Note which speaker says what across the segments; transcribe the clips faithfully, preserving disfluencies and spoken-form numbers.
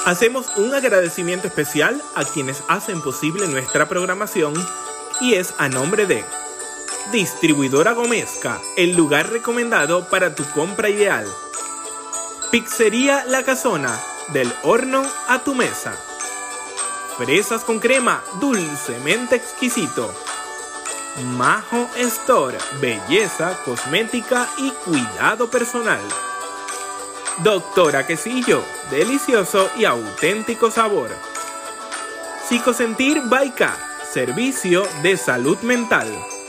Speaker 1: Hacemos un agradecimiento especial a quienes hacen posible nuestra programación y es a nombre de Distribuidora Gomesca, el lugar recomendado para tu compra ideal. Pizzería La Casona, del horno a tu mesa. Fresas con crema, dulcemente exquisito. Majo Store, belleza, cosmética y cuidado personal. Doctora Quesillo, delicioso y auténtico sabor. Psicosentir Baica, servicio de salud mental.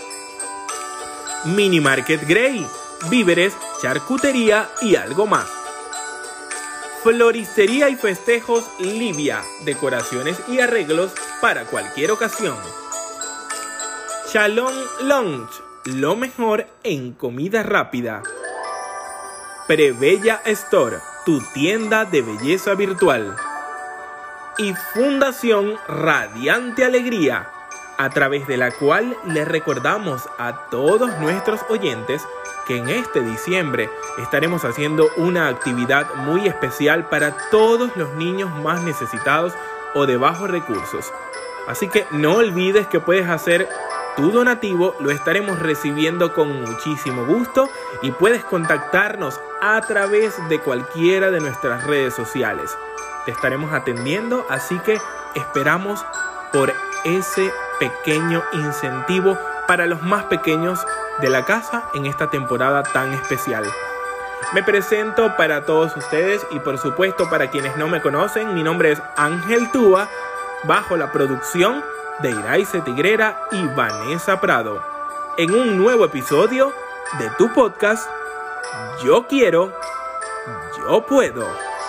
Speaker 1: Mini Market Grey, víveres, charcutería y algo más. Floristería y festejos Livia, decoraciones y arreglos para cualquier ocasión. Shalom Lounge, lo mejor en comida rápida. Prebella Store, tu tienda de belleza virtual. Y Fundación Radiante Alegría, a través de la cual les recordamos a todos nuestros oyentes que en este diciembre estaremos haciendo una actividad muy especial para todos los niños más necesitados o de bajos recursos. Así que no olvides que puedes hacer tu donativo, lo estaremos recibiendo con muchísimo gusto y puedes contactarnos a través de cualquiera de nuestras redes sociales. Te estaremos atendiendo, así que esperamos por ese pequeño incentivo para los más pequeños de la casa en esta temporada tan especial. Me presento para todos ustedes y por supuesto para quienes no me conocen, mi nombre es Ángel Túa, bajo la producción de Iraice Tigrera y Vanessa Prado, en un nuevo episodio de tu podcast Yo Quiero, Yo Puedo.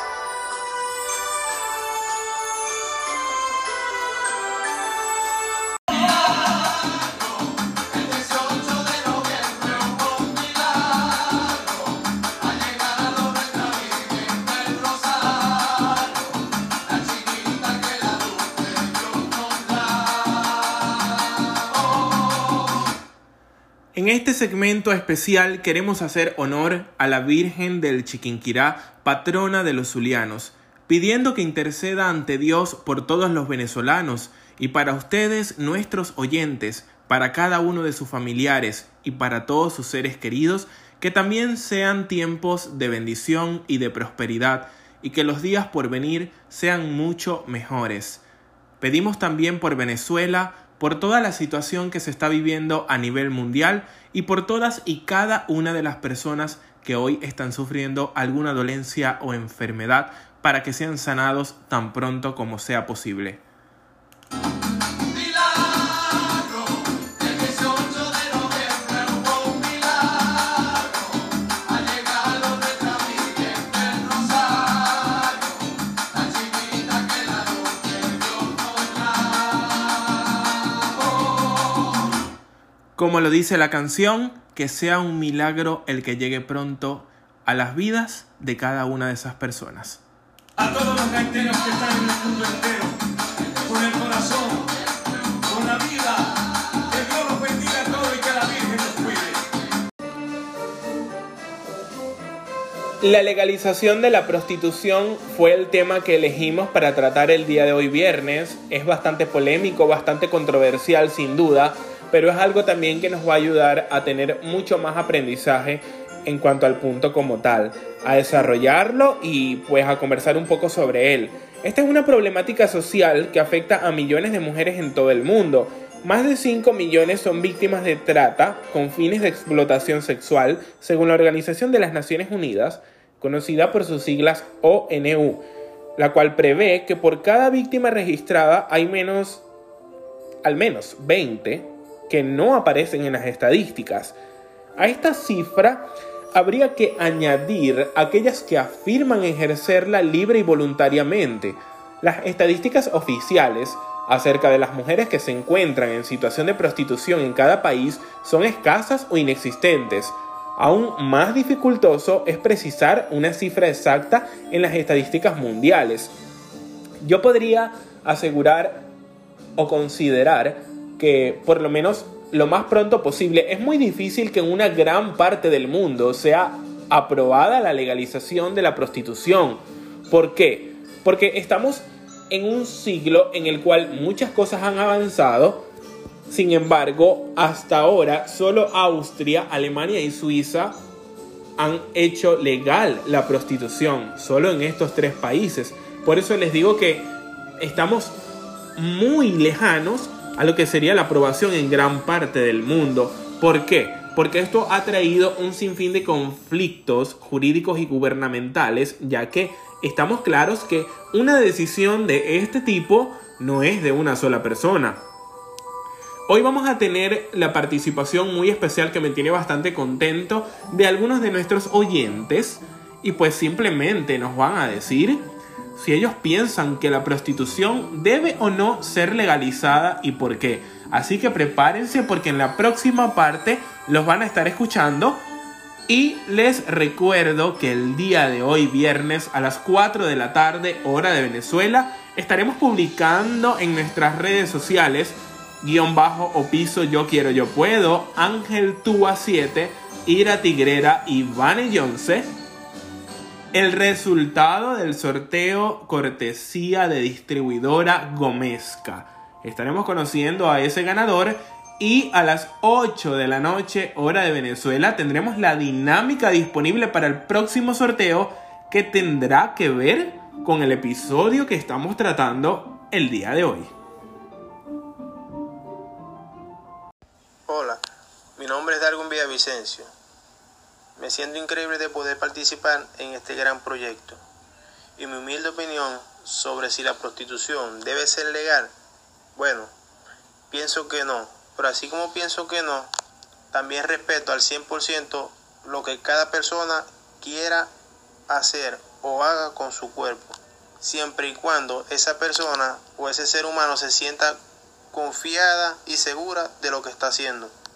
Speaker 1: En este segmento especial queremos hacer honor a la Virgen del Chiquinquirá, patrona de los zulianos, pidiendo que interceda ante Dios por todos los venezolanos y para ustedes, nuestros oyentes, para cada uno de sus familiares y para todos sus seres queridos, que también sean tiempos de bendición y de prosperidad y que los días por venir sean mucho mejores. Pedimos también por Venezuela, por toda la situación que se está viviendo a nivel mundial y por todas y cada una de las personas que hoy están sufriendo alguna dolencia o enfermedad para que sean sanados tan pronto como sea posible. Como lo dice la canción, que sea un milagro el que llegue pronto a las vidas de cada una de esas personas.
Speaker 2: A todos los gaiteros que están en el mundo entero, con el corazón, con la vida, que Dios los bendiga a todos y que la Virgen los cuide.
Speaker 1: La legalización de la prostitución fue el tema que elegimos para tratar el día de hoy viernes. Es bastante polémico, bastante controversial sin duda, pero es algo también que nos va a ayudar a tener mucho más aprendizaje en cuanto al punto como tal, a desarrollarlo y pues a conversar un poco sobre él. Esta es una problemática social que afecta a millones de mujeres en todo el mundo. Más de cinco millones son víctimas de trata con fines de explotación sexual, según la Organización de las Naciones Unidas, conocida por sus siglas O N U, la cual prevé que por cada víctima registrada hay menos, al menos veinte que no aparecen en las estadísticas. A esta cifra habría que añadir aquellas que afirman ejercerla libre y voluntariamente. Las estadísticas oficiales acerca de las mujeres que se encuentran en situación de prostitución en cada país son escasas o inexistentes. Aún más dificultoso es precisar una cifra exacta en las estadísticas mundiales. Yo podría asegurar o considerar que por lo menos lo más pronto posible es muy difícil que en una gran parte del mundo sea aprobada la legalización de la prostitución. ¿Por qué? porque estamos en un siglo en el cual muchas cosas han avanzado. Sin embargo, hasta ahora solo Austria, Alemania y Suiza han hecho legal la prostitución, solo en estos tres países. Por eso les digo que estamos muy lejanos a lo que sería la aprobación en gran parte del mundo. ¿Por qué? Porque esto ha traído un sinfín de conflictos jurídicos y gubernamentales, ya que estamos claros que una decisión de este tipo no es de una sola persona. Hoy vamos a tener la participación muy especial que me tiene bastante contento de algunos de nuestros oyentes, y pues simplemente nos van a decir si ellos piensan que la prostitución debe o no ser legalizada y por qué. Así que prepárense, porque en la próxima parte los van a estar escuchando. Y les recuerdo que el día de hoy, viernes, a las cuatro de la tarde, hora de Venezuela, estaremos publicando en nuestras redes sociales, guión bajo o piso yo quiero yo puedo, Ángel Túa siete, Ira Tigrera y Vane Yonce, el resultado del sorteo cortesía de distribuidora Gomesca. Estaremos conociendo a ese ganador, y a las ocho de la noche, hora de Venezuela, tendremos la dinámica disponible para el próximo sorteo, que tendrá que ver con el episodio que estamos tratando el día de hoy.
Speaker 3: Hola, mi nombre es Darwin Villavicencio. Me siento increíble de poder participar en este gran proyecto. Y mi humilde opinión sobre si la prostitución debe ser legal, bueno, pienso que no. Pero así como pienso que no, también respeto al cien por ciento lo que cada persona quiera hacer o haga con su cuerpo, siempre y cuando esa persona o ese ser humano se sienta confiada y segura de lo que está haciendo.